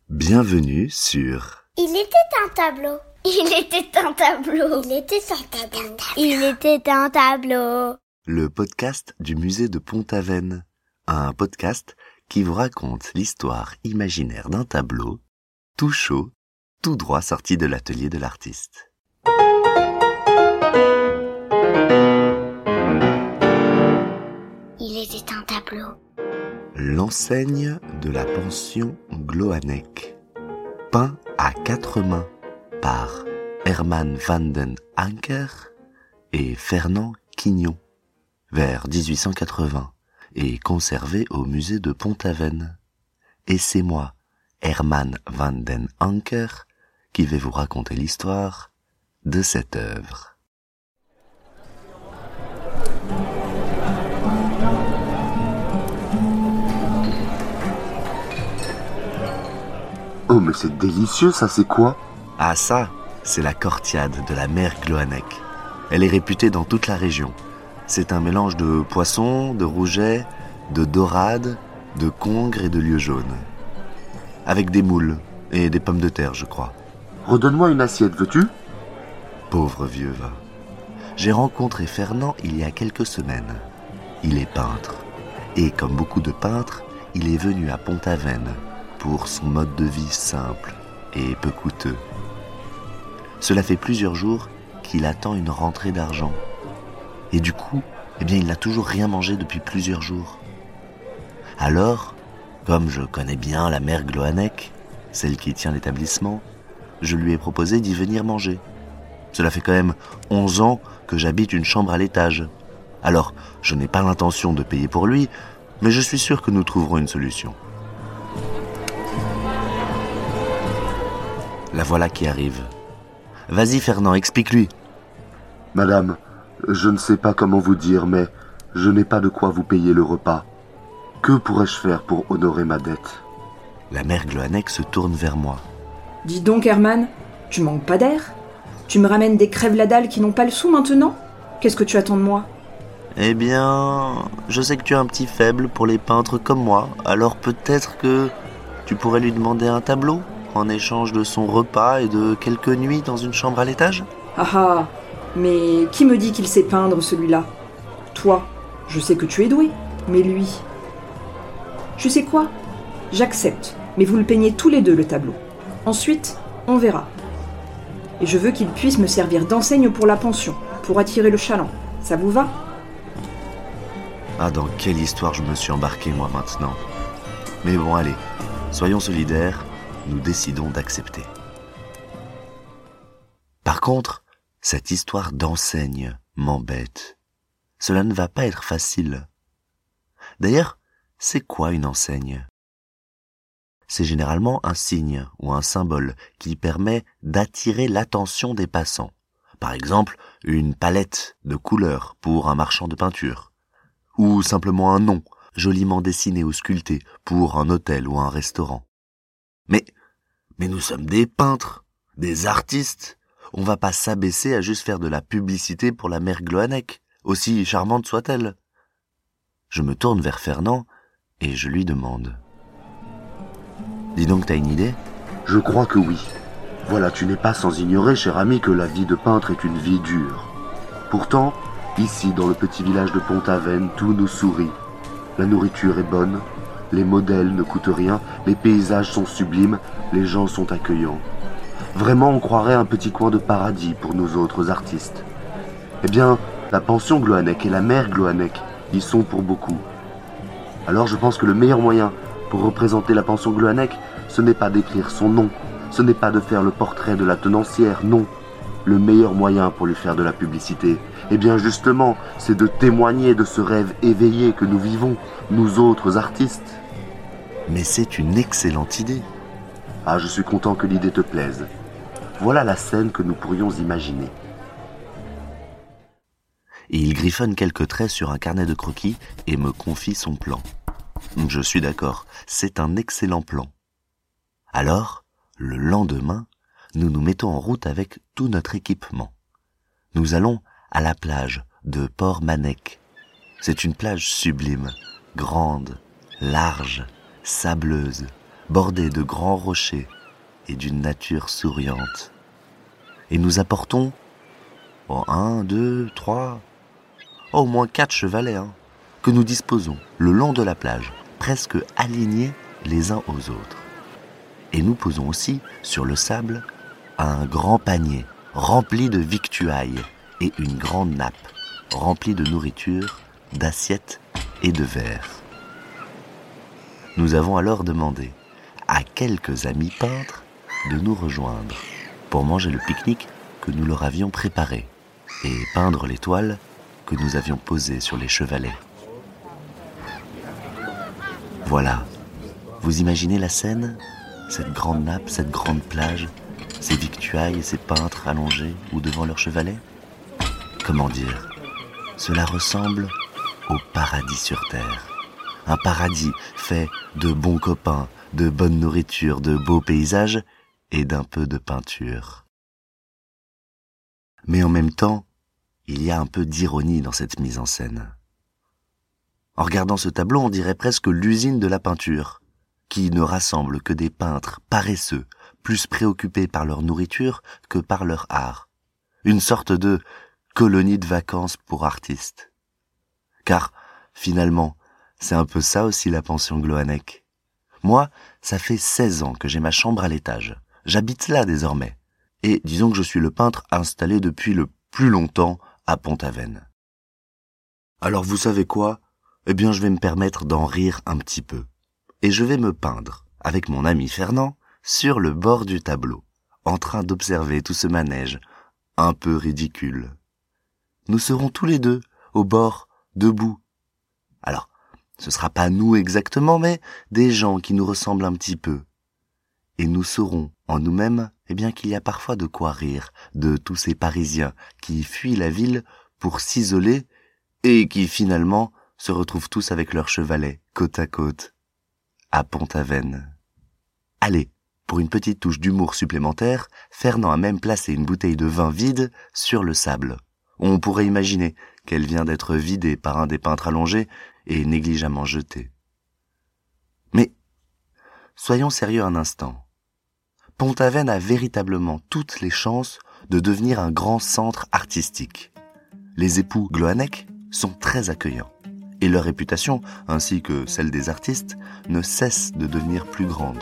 Bienvenue sur... Il était un tableau. Il était un tableau. Il était un tableau. Il était un tableau. Le podcast du musée de Pont-Aven. Un podcast qui vous raconte l'histoire imaginaire d'un tableau, tout chaud, tout droit sorti de l'atelier de l'artiste. Il était un tableau. L'enseigne de la pension Gloannec, peint à 4 mains par Herman van den Anker et Fernand Quignon, vers 1880, et conservé au musée de Pont-Aven. Et c'est moi, Herman van den Anker, qui vais vous raconter l'histoire de cette œuvre. Oh mais c'est délicieux, ça c'est quoi? Ah ça, c'est la courtiade de la mer Gloannec. Elle est réputée dans toute la région. C'est un mélange de poissons, de rouget, de dorade, de congre et de lieu jaune. Avec des moules et des pommes de terre, je crois. Redonne-moi une assiette, veux-tu? Pauvre vieux va. J'ai rencontré Fernand il y a quelques semaines. Il est peintre. Et comme beaucoup de peintres, il est venu à Pont-Aven pour son mode de vie simple et peu coûteux. Cela fait plusieurs jours qu'il attend une rentrée d'argent. Et du coup, il n'a toujours rien mangé depuis plusieurs jours. Alors, comme je connais bien la mère Gloannec, celle qui tient l'établissement, je lui ai proposé d'y venir manger. Cela fait quand même 11 ans que j'habite une chambre à l'étage. Alors, je n'ai pas l'intention de payer pour lui, mais je suis sûr que nous trouverons une solution. La voilà qui arrive. Vas-y Fernand, explique-lui. Madame, je ne sais pas comment vous dire, mais je n'ai pas de quoi vous payer le repas. Que pourrais-je faire pour honorer ma dette? La mère Gloannec se tourne vers moi. Dis donc Herman, tu manques pas d'air? Tu me ramènes des crèves-la-dalle qui n'ont pas le sou maintenant? Qu'est-ce que tu attends de moi? Eh bien, je sais que tu as un petit faible pour les peintres comme moi, alors peut-être que tu pourrais lui demander un tableau en échange de son repas et de quelques nuits dans une chambre à l'étage? Ah ah, mais qui me dit qu'il sait peindre celui-là? Toi, je sais que tu es doué, mais lui... Tu sais quoi? J'accepte, mais vous le peignez tous les deux le tableau. Ensuite, on verra. Et je veux qu'il puisse me servir d'enseigne pour la pension, pour attirer le chaland. Ça vous va? Ah, dans quelle histoire je me suis embarqué moi maintenant. Mais bon, allez, soyons solidaires, nous décidons d'accepter. Par contre, cette histoire d'enseigne m'embête. Cela ne va pas être facile. D'ailleurs, c'est quoi une enseigne? C'est généralement un signe ou un symbole qui permet d'attirer l'attention des passants. Par exemple, une palette de couleurs pour un marchand de peinture. Ou simplement un nom, joliment dessiné ou sculpté pour un hôtel ou un restaurant. Mais nous sommes des peintres, des artistes. On va pas s'abaisser à juste faire de la publicité pour la mère Gloannec, aussi charmante soit-elle. Je me tourne vers Fernand et je lui demande. Dis donc, t'as une idée? Je crois que oui. Voilà, tu n'es pas sans ignorer, cher ami, que la vie de peintre est une vie dure. Pourtant, ici, dans le petit village de Pont-Aven, tout nous sourit. La nourriture est bonne, les modèles ne coûtent rien, les paysages sont sublimes, les gens sont accueillants. Vraiment, on croirait un petit coin de paradis pour nous autres artistes. Eh bien, la pension Gloannec et la mère Gloannec y sont pour beaucoup. Alors je pense que le meilleur moyen pour représenter la pension Gloannec, ce n'est pas d'écrire son nom, ce n'est pas de faire le portrait de la tenancière, non. Le meilleur moyen pour lui faire de la publicité, eh bien justement, c'est de témoigner de ce rêve éveillé que nous vivons, nous autres artistes. Mais c'est une excellente idée. Ah, je suis content que l'idée te plaise. Voilà la scène que nous pourrions imaginer. Et il griffonne quelques traits sur un carnet de croquis et me confie son plan. Je suis d'accord, c'est un excellent plan. Alors, le lendemain, nous nous mettons en route avec tout notre équipement. Nous allons à la plage de Port-Manec. C'est une plage sublime, grande, large, sableuse, bordée de grands rochers et d'une nature souriante. Et nous apportons 1, 2, 3, au moins 4 chevalets, que nous disposons le long de la plage, presque alignés les uns aux autres. Et nous posons aussi sur le sable un grand panier rempli de victuailles et une grande nappe remplie de nourriture, d'assiettes et de verres. Nous avons alors demandé à quelques amis peintres de nous rejoindre pour manger le pique-nique que nous leur avions préparé et peindre les toiles que nous avions posées sur les chevalets. Voilà, vous imaginez la scène ? Cette grande nappe, cette grande plage, ces victuailles et ces peintres allongés ou devant leur chevalet ? Comment dire ? Cela ressemble au paradis sur terre. Un paradis fait de bons copains, de bonne nourriture, de beaux paysages et d'un peu de peinture. Mais en même temps, il y a un peu d'ironie dans cette mise en scène. En regardant ce tableau, on dirait presque l'usine de la peinture, qui ne rassemble que des peintres paresseux, plus préoccupés par leur nourriture que par leur art. Une sorte de colonie de vacances pour artistes. Car, finalement, c'est un peu ça aussi la pension Gloanec. Moi, ça fait 16 ans que j'ai ma chambre à l'étage. J'habite là désormais. Et disons que je suis le peintre installé depuis le plus longtemps à Pont-Aven. Alors vous savez quoi ? Eh bien je vais me permettre d'en rire un petit peu. Et je vais me peindre, avec mon ami Fernand, sur le bord du tableau, en train d'observer tout ce manège, un peu ridicule. Nous serons tous les deux, au bord, debout. Alors, ce sera pas nous exactement, mais des gens qui nous ressemblent un petit peu. Et nous saurons en nous-mêmes, qu'il y a parfois de quoi rire de tous ces Parisiens qui fuient la ville pour s'isoler et qui finalement se retrouvent tous avec leurs chevalets côte à côte à Pont-Aven. Allez, pour une petite touche d'humour supplémentaire, Fernand a même placé une bouteille de vin vide sur le sable. On pourrait imaginer qu'elle vient d'être vidée par un des peintres allongés et négligemment jetée. Mais soyons sérieux un instant. Pont-Aven a véritablement toutes les chances de devenir un grand centre artistique. Les époux Gloanec sont très accueillants. Et leur réputation, ainsi que celle des artistes, ne cesse de devenir plus grande.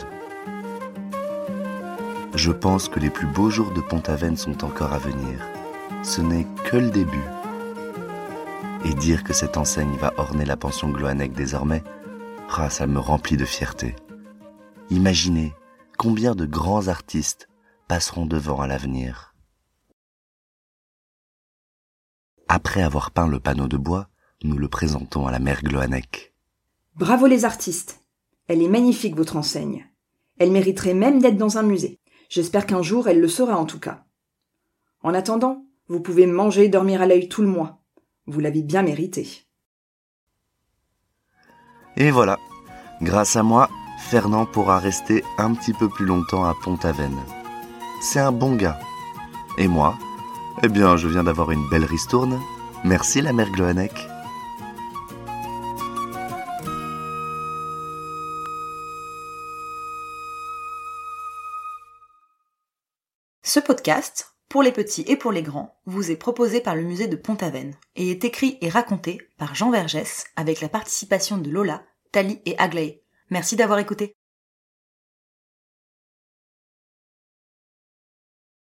Je pense que les plus beaux jours de Pont-Aven sont encore à venir. Ce n'est que le début. Et dire que cette enseigne va orner la pension Gloanec désormais, ça me remplit de fierté. Imaginez combien de grands artistes passeront devant à l'avenir. Après avoir peint le panneau de bois, nous le présentons à la mère Gloanec. Bravo les artistes. Elle est magnifique votre enseigne. Elle mériterait même d'être dans un musée. J'espère qu'un jour elle le sera en tout cas. En attendant, vous pouvez manger et dormir à l'œil tout le mois. Vous l'avez bien mérité. Et voilà, grâce à moi, Fernand pourra rester un petit peu plus longtemps à Pont-Aven. C'est un bon gars. Et moi, je viens d'avoir une belle ristourne. Merci la mère Gloanec. Ce podcast, pour les petits et pour les grands, vous est proposé par le musée de Pont-Aven et est écrit et raconté par Jean Vergès avec la participation de Lola, Tali et Aglaé. Merci d'avoir écouté.